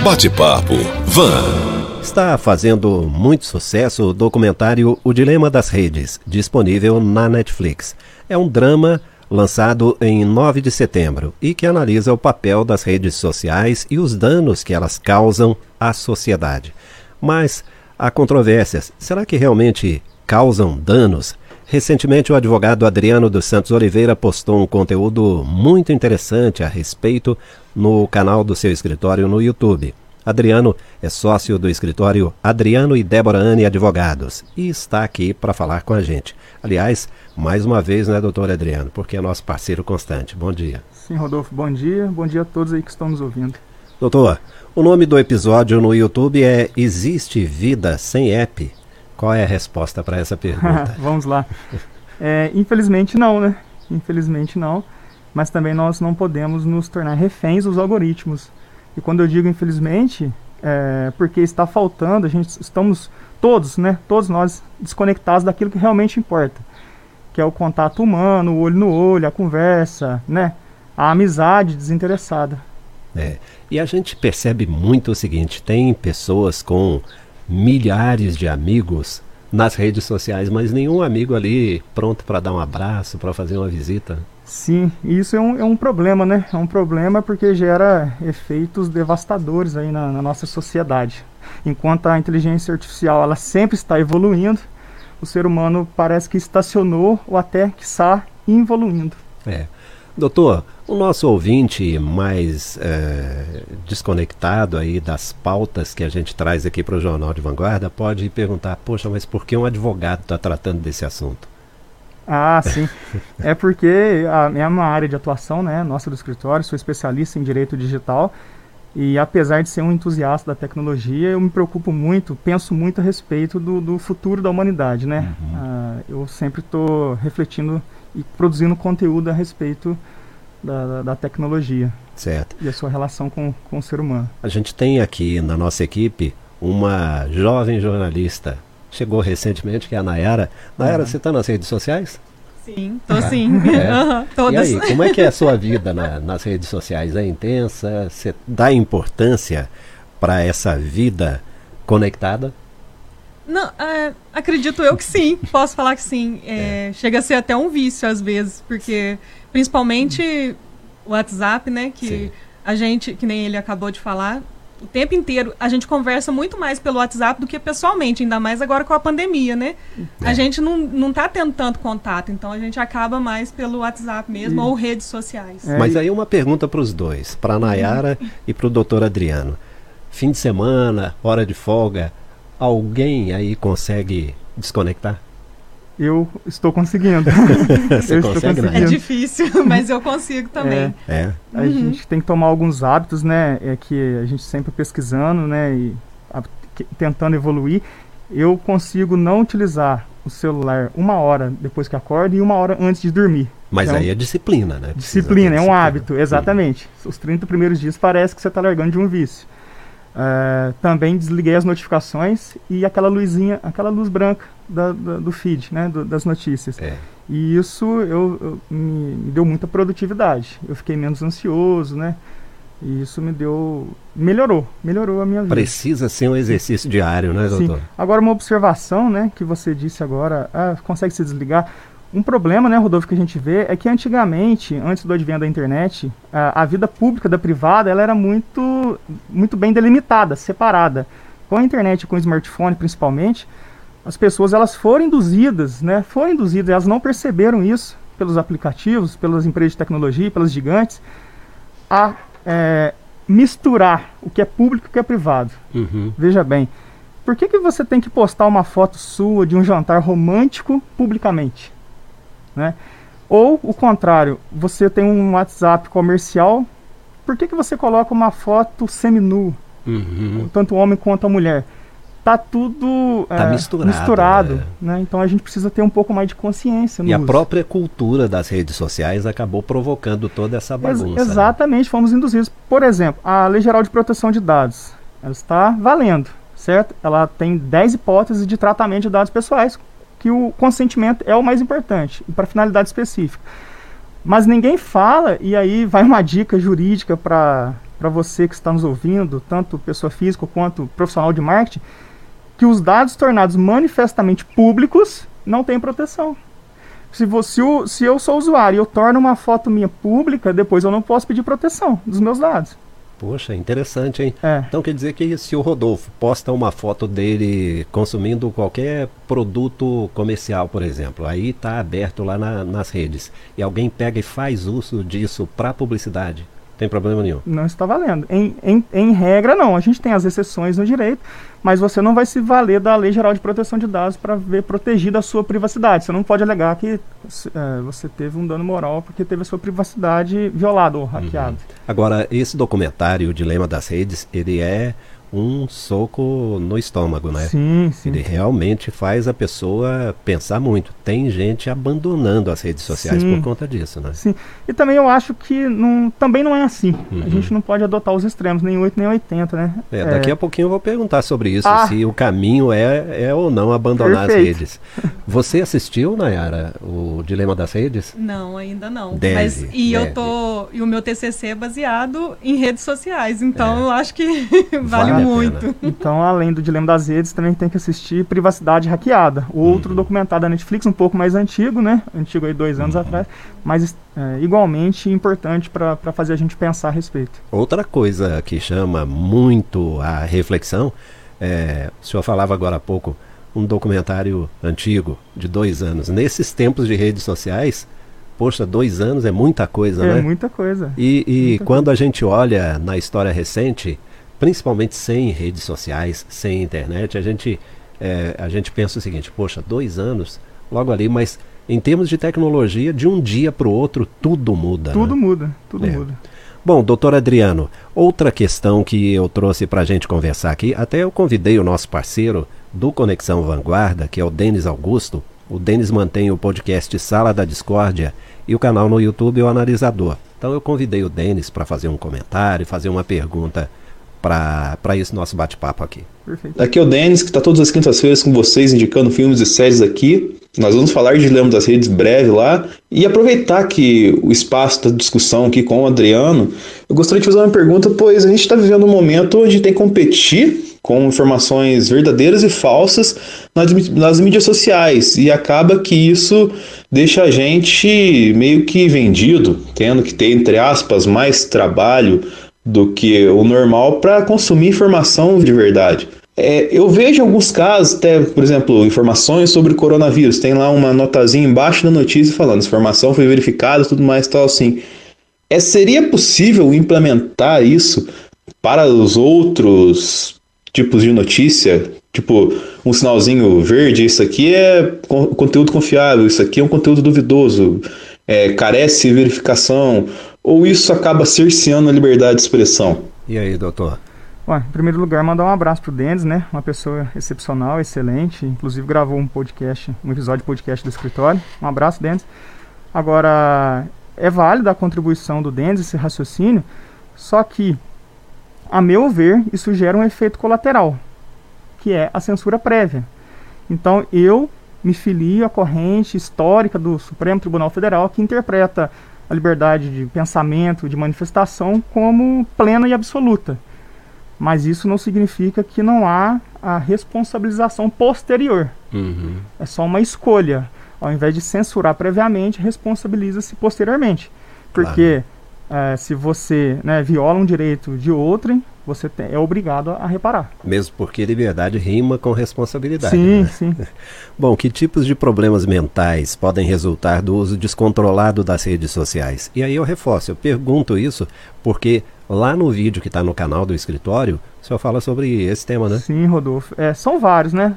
Bate-papo Van. Está fazendo muito sucesso o documentário O Dilema das Redes, disponível na Netflix. É um drama lançado em 9 de setembro e que analisa o papel das redes sociais e os danos que elas causam à sociedade. Mas há controvérsias. Será que realmente causam danos? Recentemente, o advogado Adriano dos Santos Oliveira postou um conteúdo muito interessante a respeito no canal do seu escritório no YouTube. Adriano é sócio do escritório Adriano e Débora Anne Advogados e está aqui para falar com a gente. Aliás, mais uma vez, né, doutor Adriano, porque é nosso parceiro constante. Bom dia. Sim, Rodolfo, bom dia. Bom dia a todos aí que estão nos ouvindo. Doutor, o nome do episódio no YouTube é Existe Vida Sem App? Qual é a resposta para essa pergunta? Vamos lá. Infelizmente não, né? Infelizmente não. Mas também nós não podemos nos tornar reféns dos algoritmos. E quando eu digo infelizmente, porque está faltando, estamos todos, né? Todos nós desconectados daquilo que realmente importa. Que é o contato humano, o olho no olho, a conversa, né? A amizade desinteressada. E a gente percebe muito o seguinte, tem pessoas com milhares de amigos nas redes sociais, mas nenhum amigo ali pronto para dar um abraço, para fazer uma visita. Sim, isso é um problema, né? É um problema porque gera efeitos devastadores aí na nossa sociedade. Enquanto a inteligência artificial ela sempre está evoluindo, o ser humano parece que estacionou ou até que está involuindo. Doutor, o nosso ouvinte mais desconectado aí das pautas que a gente traz aqui para o Jornal de Vanguarda pode perguntar, poxa, mas por que um advogado está tratando desse assunto? Ah, sim. É porque é uma área de atuação, né, nossa do escritório, sou especialista em direito digital e apesar de ser um entusiasta da tecnologia, eu me preocupo muito, penso muito a respeito do futuro da humanidade, né? Eu sempre estou refletindo e produzindo conteúdo a respeito da tecnologia. Certo. E a sua relação com o ser humano. A gente tem aqui na nossa equipe uma jovem jornalista, chegou recentemente, que é a Nayara. Nayara, você está nas redes sociais? Sim, tô sim. Todas. E aí, como é que é a sua vida nas redes sociais? É intensa? Você dá importância para essa vida conectada? Não, acredito eu que sim, posso falar que sim. Chega a ser até um vício às vezes, porque principalmente o WhatsApp, né, que sim. A gente, que nem ele acabou de falar, o tempo inteiro a gente conversa muito mais pelo WhatsApp do que pessoalmente, ainda mais agora com a pandemia, né? A gente não tá tendo tanto contato, então a gente acaba mais pelo WhatsApp mesmo ou redes sociais. Mas aí uma pergunta para os dois, para a Nayara e para o doutor Adriano. Fim de semana, hora de folga, alguém aí consegue desconectar? Eu estou conseguindo. Você consegue, né? É difícil, mas eu consigo também. A gente tem que tomar alguns hábitos, né? Que a gente sempre pesquisando, né? E tentando evoluir. Eu consigo não utilizar o celular 1 hora depois que acordo e 1 hora antes de dormir. Mas aí é disciplina, né? Disciplina, é um hábito, exatamente. Os 30 primeiros dias parece que você está largando de um vício. Também desliguei as notificações e aquela luzinha, aquela luz branca do feed, né, das notícias. E isso me deu muita produtividade. Eu fiquei menos ansioso, né? E isso melhorou a minha vida. Precisa ser um exercício diário, né, doutor? Sim. Agora uma observação, né, que você disse agora, consegue se desligar. Um problema, né, Rodolfo, que a gente vê é que antigamente, antes do advento da internet, a vida pública da privada ela era muito, muito bem delimitada, separada. Com a internet e com o smartphone, principalmente, as pessoas elas foram induzidas, elas não perceberam isso pelos aplicativos, pelas empresas de tecnologia, pelas gigantes, a misturar o que é público e o que é privado. Veja bem, por que você tem que postar uma foto sua de um jantar romântico publicamente? Né? Ou o contrário, você tem um WhatsApp comercial, por que você coloca uma foto seminu, tanto o homem quanto a mulher? Tá tudo misturado, né? Então a gente precisa ter um pouco mais de consciência no uso. A própria cultura das redes sociais acabou provocando toda essa bagunça. Exatamente, fomos induzidos. Por exemplo, a Lei Geral de Proteção de Dados, ela está valendo, certo? Ela tem 10 hipóteses de tratamento de dados pessoais, que o consentimento é o mais importante, para finalidade específica. Mas ninguém fala, e aí vai uma dica jurídica para para você que está nos ouvindo, tanto pessoa física quanto profissional de marketing, que os dados tornados manifestamente públicos não têm proteção. Se eu sou usuário e eu torno uma foto minha pública, depois eu não posso pedir proteção dos meus dados. Poxa, interessante, hein? Então quer dizer que se o Rodolfo posta uma foto dele consumindo qualquer produto comercial, por exemplo, aí está aberto lá nas redes, e alguém pega e faz uso disso para publicidade, tem problema nenhum? Não está valendo. Em regra, não. A gente tem as exceções no direito, mas você não vai se valer da Lei Geral de Proteção de Dados para ver protegida a sua privacidade. Você não pode alegar que você teve um dano moral porque teve a sua privacidade violada ou hackeada. Agora, esse documentário, O Dilema das Redes, ele é um soco no estômago, né? Sim, sim. Ele realmente faz a pessoa pensar muito. Tem gente abandonando as redes sociais por conta disso, né? Sim. E também eu acho que também não é assim. A gente não pode adotar os extremos, nem 8 nem 80, né? Daqui a pouquinho eu vou perguntar sobre isso, se o caminho é ou não abandonar as redes. Você assistiu, Nayara, o Dilema das Redes? Não, ainda não. Deve. E o meu TCC é baseado em redes sociais, então eu acho que vale muito. Então, além do Dilema das Redes, também tem que assistir Privacidade Hackeada, outro documentário da Netflix, um pouco mais antigo, né? Antigo aí 2 anos atrás, mas igualmente importante para fazer a gente pensar a respeito. Outra coisa que chama muito a reflexão, o senhor falava agora há pouco, um documentário antigo, de 2 anos. Nesses tempos de redes sociais, poxa, 2 anos é muita coisa, né? É muita coisa. E quando a gente olha na história recente, principalmente sem redes sociais, sem internet, a gente pensa o seguinte, poxa, 2 anos, logo ali, mas em termos de tecnologia, de um dia para o outro, tudo muda. Tudo né? muda, tudo muda. Bom, doutor Adriano, outra questão que eu trouxe para a gente conversar aqui, até eu convidei o nosso parceiro do Conexão Vanguarda, que é o Denis Augusto. O Denis mantém o podcast Sala da Discórdia e o canal no YouTube O Analisador. Então eu convidei o Denis para fazer um comentário, fazer uma pergunta para esse nosso bate-papo aqui. Perfeito. Aqui é o Denis, que está todas as quintas-feiras com vocês, indicando filmes e séries aqui. Nós vamos falar de Dilema das Redes breve lá. E aproveitar que o espaço da discussão aqui com o Adriano, eu gostaria de fazer uma pergunta, pois a gente está vivendo um momento onde tem que competir com informações verdadeiras e falsas nas mídias sociais. E acaba que isso deixa a gente meio que vendido, tendo que ter, entre aspas, mais trabalho do que o normal para consumir informação de verdade. Eu vejo alguns casos, até, por exemplo, informações sobre coronavírus. Tem lá uma notazinha embaixo da notícia falando, essa informação foi verificada, tudo mais, tal assim. Seria possível implementar isso para os outros tipos de notícia? Tipo, um sinalzinho verde, isso aqui é conteúdo confiável, isso aqui é um conteúdo duvidoso, carece de verificação, ou isso acaba cerceando a liberdade de expressão? E aí, doutor? Em primeiro lugar, mandar um abraço pro Denis, né? Uma pessoa excepcional, excelente. Inclusive gravou um episódio de podcast do escritório. Um abraço, Denis. Agora, é válida a contribuição do Denis, esse raciocínio, só que, a meu ver, isso gera um efeito colateral, que é a censura prévia. Então, eu me filio à corrente histórica do Supremo Tribunal Federal, que interpreta a liberdade de pensamento, de manifestação, como plena e absoluta. Mas isso não significa que não há a responsabilização posterior. É só uma escolha. Ao invés de censurar previamente, responsabiliza-se posteriormente. Porque se você viola um direito de outrem, você é obrigado a reparar. Mesmo porque liberdade rima com responsabilidade. Sim, né? sim. Bom, que tipos de problemas mentais podem resultar do uso descontrolado das redes sociais? E aí eu reforço, eu pergunto isso porque lá no vídeo que está no canal do escritório, o senhor fala sobre esse tema, né? Sim, Rodolfo. São vários, né?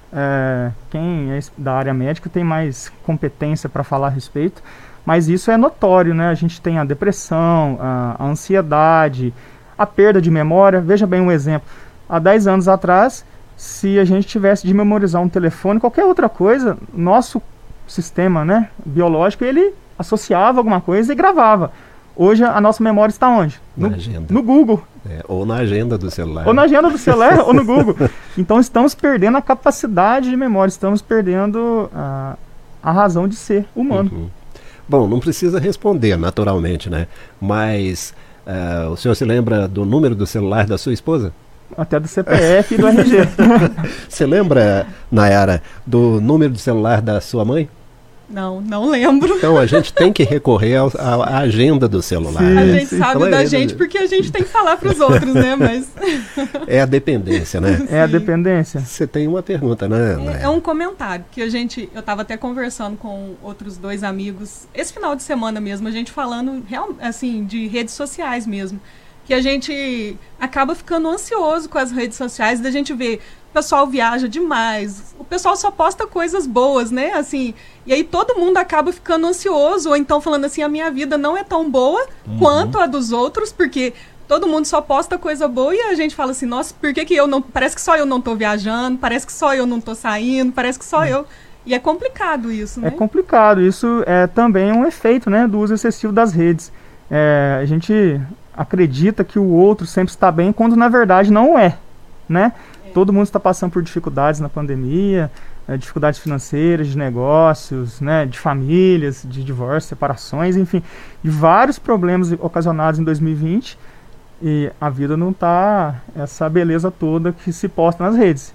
Quem é da área médica tem mais competência para falar a respeito, mas isso é notório, né? A gente tem a depressão, a ansiedade, a perda de memória. Veja bem um exemplo. Há 10 anos atrás, se a gente tivesse de memorizar um telefone, qualquer outra coisa, nosso sistema, né, biológico, ele associava alguma coisa e gravava. Hoje a nossa memória está onde? Na agenda. No Google. Ou na agenda do celular. Ou na agenda do celular ou no Google. Então estamos perdendo a capacidade de memória, estamos perdendo a razão de ser humano. Bom, não precisa responder naturalmente, né? Mas O senhor se lembra do número do celular da sua esposa? Até do CPF e do RG. Você lembra, Nayara, do número do celular da sua mãe? Não lembro. Então a gente tem que recorrer à agenda do celular. Sim, né? A gente sabe Então, da gente porque a gente tem que falar para os outros, né? Mas É a dependência, né? É a dependência. Você tem uma pergunta, né, Nayara? é um comentário que eu estava até conversando com outros 2 amigos esse final de semana mesmo, a gente falando assim de redes sociais mesmo, que a gente acaba ficando ansioso com as redes sociais, da gente ver o pessoal viaja demais, o pessoal só posta coisas boas, né? Assim, e aí todo mundo acaba ficando ansioso, ou então falando assim, a minha vida não é tão boa quanto a dos outros, porque todo mundo só posta coisa boa e a gente fala assim, nossa, por que eu não... Parece que só eu não tô viajando, parece que só eu não tô saindo, parece que só eu... E é complicado isso, né? É complicado. Isso é também um efeito, né, do uso excessivo das redes. A gente acredita que o outro sempre está bem, quando na verdade não é, né? Todo mundo está passando por dificuldades na pandemia, dificuldades financeiras, de negócios, né, de famílias, de divórcio, separações, enfim, de vários problemas ocasionados em 2020, e a vida não está essa beleza toda que se posta nas redes.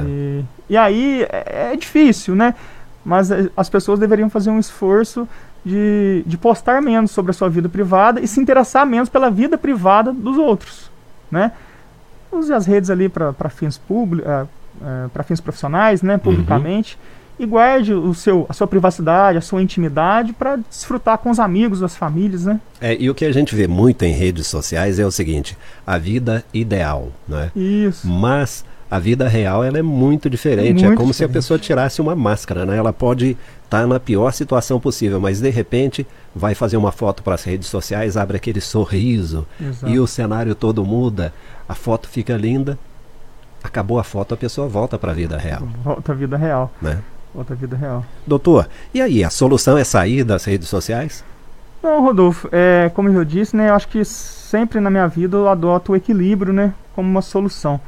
E aí é difícil, né? Mas as pessoas deveriam fazer um esforço de postar menos sobre a sua vida privada e se interessar menos pela vida privada dos outros, né? Use as redes ali para fins públicos, para fins profissionais, né, publicamente, e guarde a sua privacidade, a sua intimidade para desfrutar com os amigos, as famílias, né? E o que a gente vê muito em redes sociais é o seguinte, a vida ideal, né? Isso. Mas a vida real ela é muito diferente, é como se a pessoa tirasse uma máscara, né? Ela pode estar na pior situação possível, mas de repente vai fazer uma foto para as redes sociais, abre aquele sorriso. Exato. E o cenário todo muda, a foto fica linda, acabou a foto, a pessoa volta para a vida real. Volta à vida real. Né? Volta à vida real. Doutor, e aí, a solução é sair das redes sociais? Não, Rodolfo, como eu disse, né, eu acho que sempre na minha vida eu adoto o equilíbrio, né, como uma solução.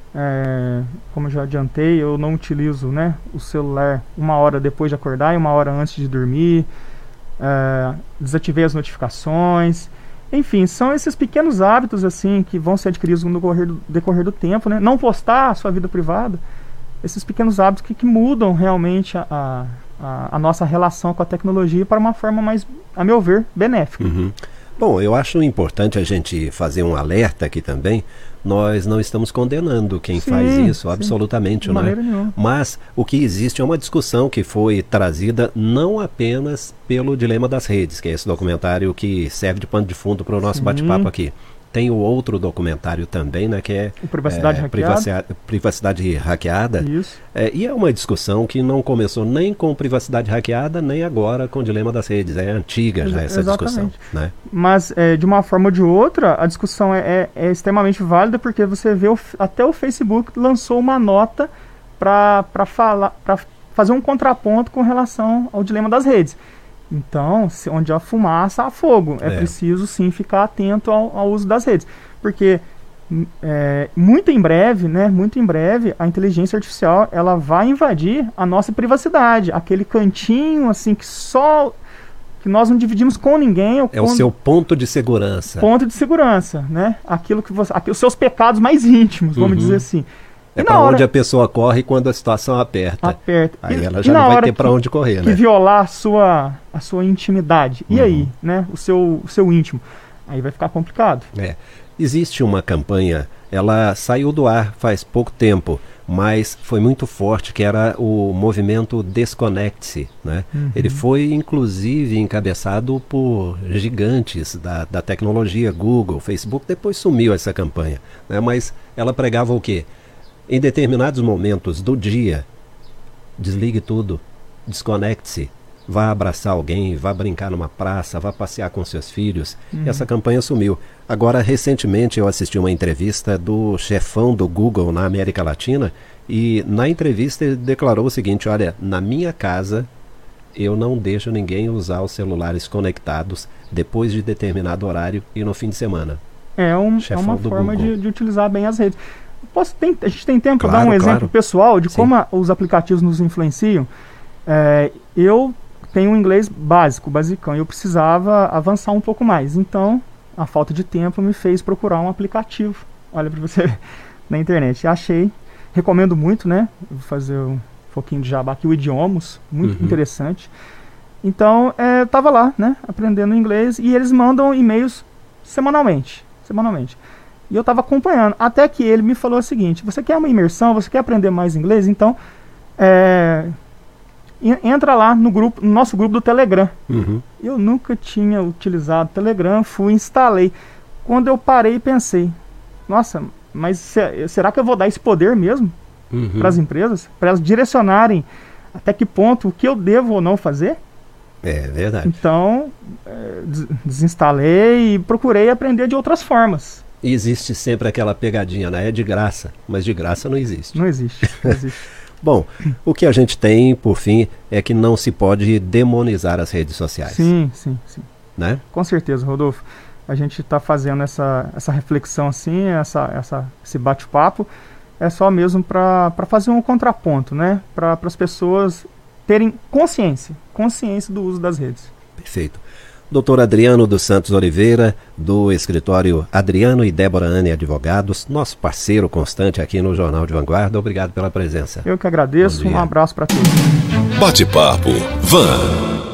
Como eu já adiantei, eu não utilizo, né, o celular 1 hora depois de acordar e 1 hora antes de dormir. Desativei as notificações. Enfim, são esses pequenos hábitos assim que vão ser adquiridos no decorrer do tempo, né? Não postar a sua vida privada. Esses pequenos hábitos que mudam realmente a nossa relação com a tecnologia para uma forma mais, a meu ver, benéfica. Bom, eu acho importante a gente fazer um alerta aqui também. Nós não estamos condenando quem faz isso, absolutamente, de maneira nenhuma. Mas o que existe é uma discussão que foi trazida não apenas pelo Dilema das Redes, que é esse documentário que serve de pano de fundo para o nosso bate-papo aqui. Tem o outro documentário também, né, que é Privacidade Hackeada. Isso. E é uma discussão que não começou nem com privacidade hackeada, nem agora com o Dilema das Redes. É antiga já essa discussão. Né? Mas, de uma forma ou de outra, a discussão é extremamente válida, porque você vê até o Facebook lançou uma nota para fazer um contraponto com relação ao Dilema das Redes. Então, onde há fumaça, há fogo. É preciso, sim, ficar atento ao uso das redes. Porque, muito em breve, a inteligência artificial ela vai invadir a nossa privacidade. Aquele cantinho, assim, que nós não dividimos com ninguém. O seu ponto de segurança. Ponto de segurança, né? Os seus pecados mais íntimos, vamos dizer assim. É para onde a pessoa corre quando a situação aperta. Aí ela já não vai ter para onde correr, né? Que violar a sua intimidade. E aí, né? O seu íntimo. Aí vai ficar complicado. Existe uma campanha, ela saiu do ar faz pouco tempo, mas foi muito forte, que era o movimento Desconecte-se, né? Ele foi, inclusive, encabeçado por gigantes da tecnologia, Google, Facebook, depois sumiu essa campanha, né? Mas ela pregava o quê? Em determinados momentos do dia, desligue tudo, desconecte-se, vá abraçar alguém, vá brincar numa praça, vá passear com seus filhos. E essa campanha sumiu. Agora, recentemente, eu assisti uma entrevista do chefão do Google na América Latina e na entrevista ele declarou o seguinte: olha, na minha casa eu não deixo ninguém usar os celulares conectados depois de determinado horário e no fim de semana. É uma forma de utilizar bem as redes. A gente tem tempo para dar um exemplo pessoal de como os aplicativos nos influenciam. Eu tenho um inglês basicão, e eu precisava avançar um pouco mais. Então, a falta de tempo me fez procurar um aplicativo. Olha para você ver, na internet. Achei, recomendo muito, né? Vou fazer um pouquinho de jabá aqui, o Idiomus, muito interessante. Então, eu tava lá, né, aprendendo inglês, e eles mandam e-mails semanalmente. E eu tava acompanhando, até que ele me falou o seguinte: você quer uma imersão, você quer aprender mais inglês? Então, entra lá no nosso grupo do Telegram. Eu nunca tinha utilizado o Telegram, instalei. Quando eu parei e pensei, nossa, mas será que eu vou dar esse poder mesmo para as empresas? Para elas direcionarem até que ponto o que eu devo ou não fazer? É verdade. Então, desinstalei e procurei aprender de outras formas. E existe sempre aquela pegadinha, né? É de graça, mas de graça não existe. Não existe. Bom, o que a gente tem, por fim, é que não se pode demonizar as redes sociais. Sim. Né? Com certeza, Rodolfo. A gente está fazendo essa reflexão assim, esse bate-papo, é só mesmo para fazer um contraponto, né? Para as pessoas terem consciência do uso das redes. Perfeito. Dr. Adriano dos Santos Oliveira, do escritório Adriano e Débora Anne Advogados, nosso parceiro constante aqui no Jornal de Vanguarda. Obrigado pela presença. Eu que agradeço, um abraço para todos. Bate-papo Van.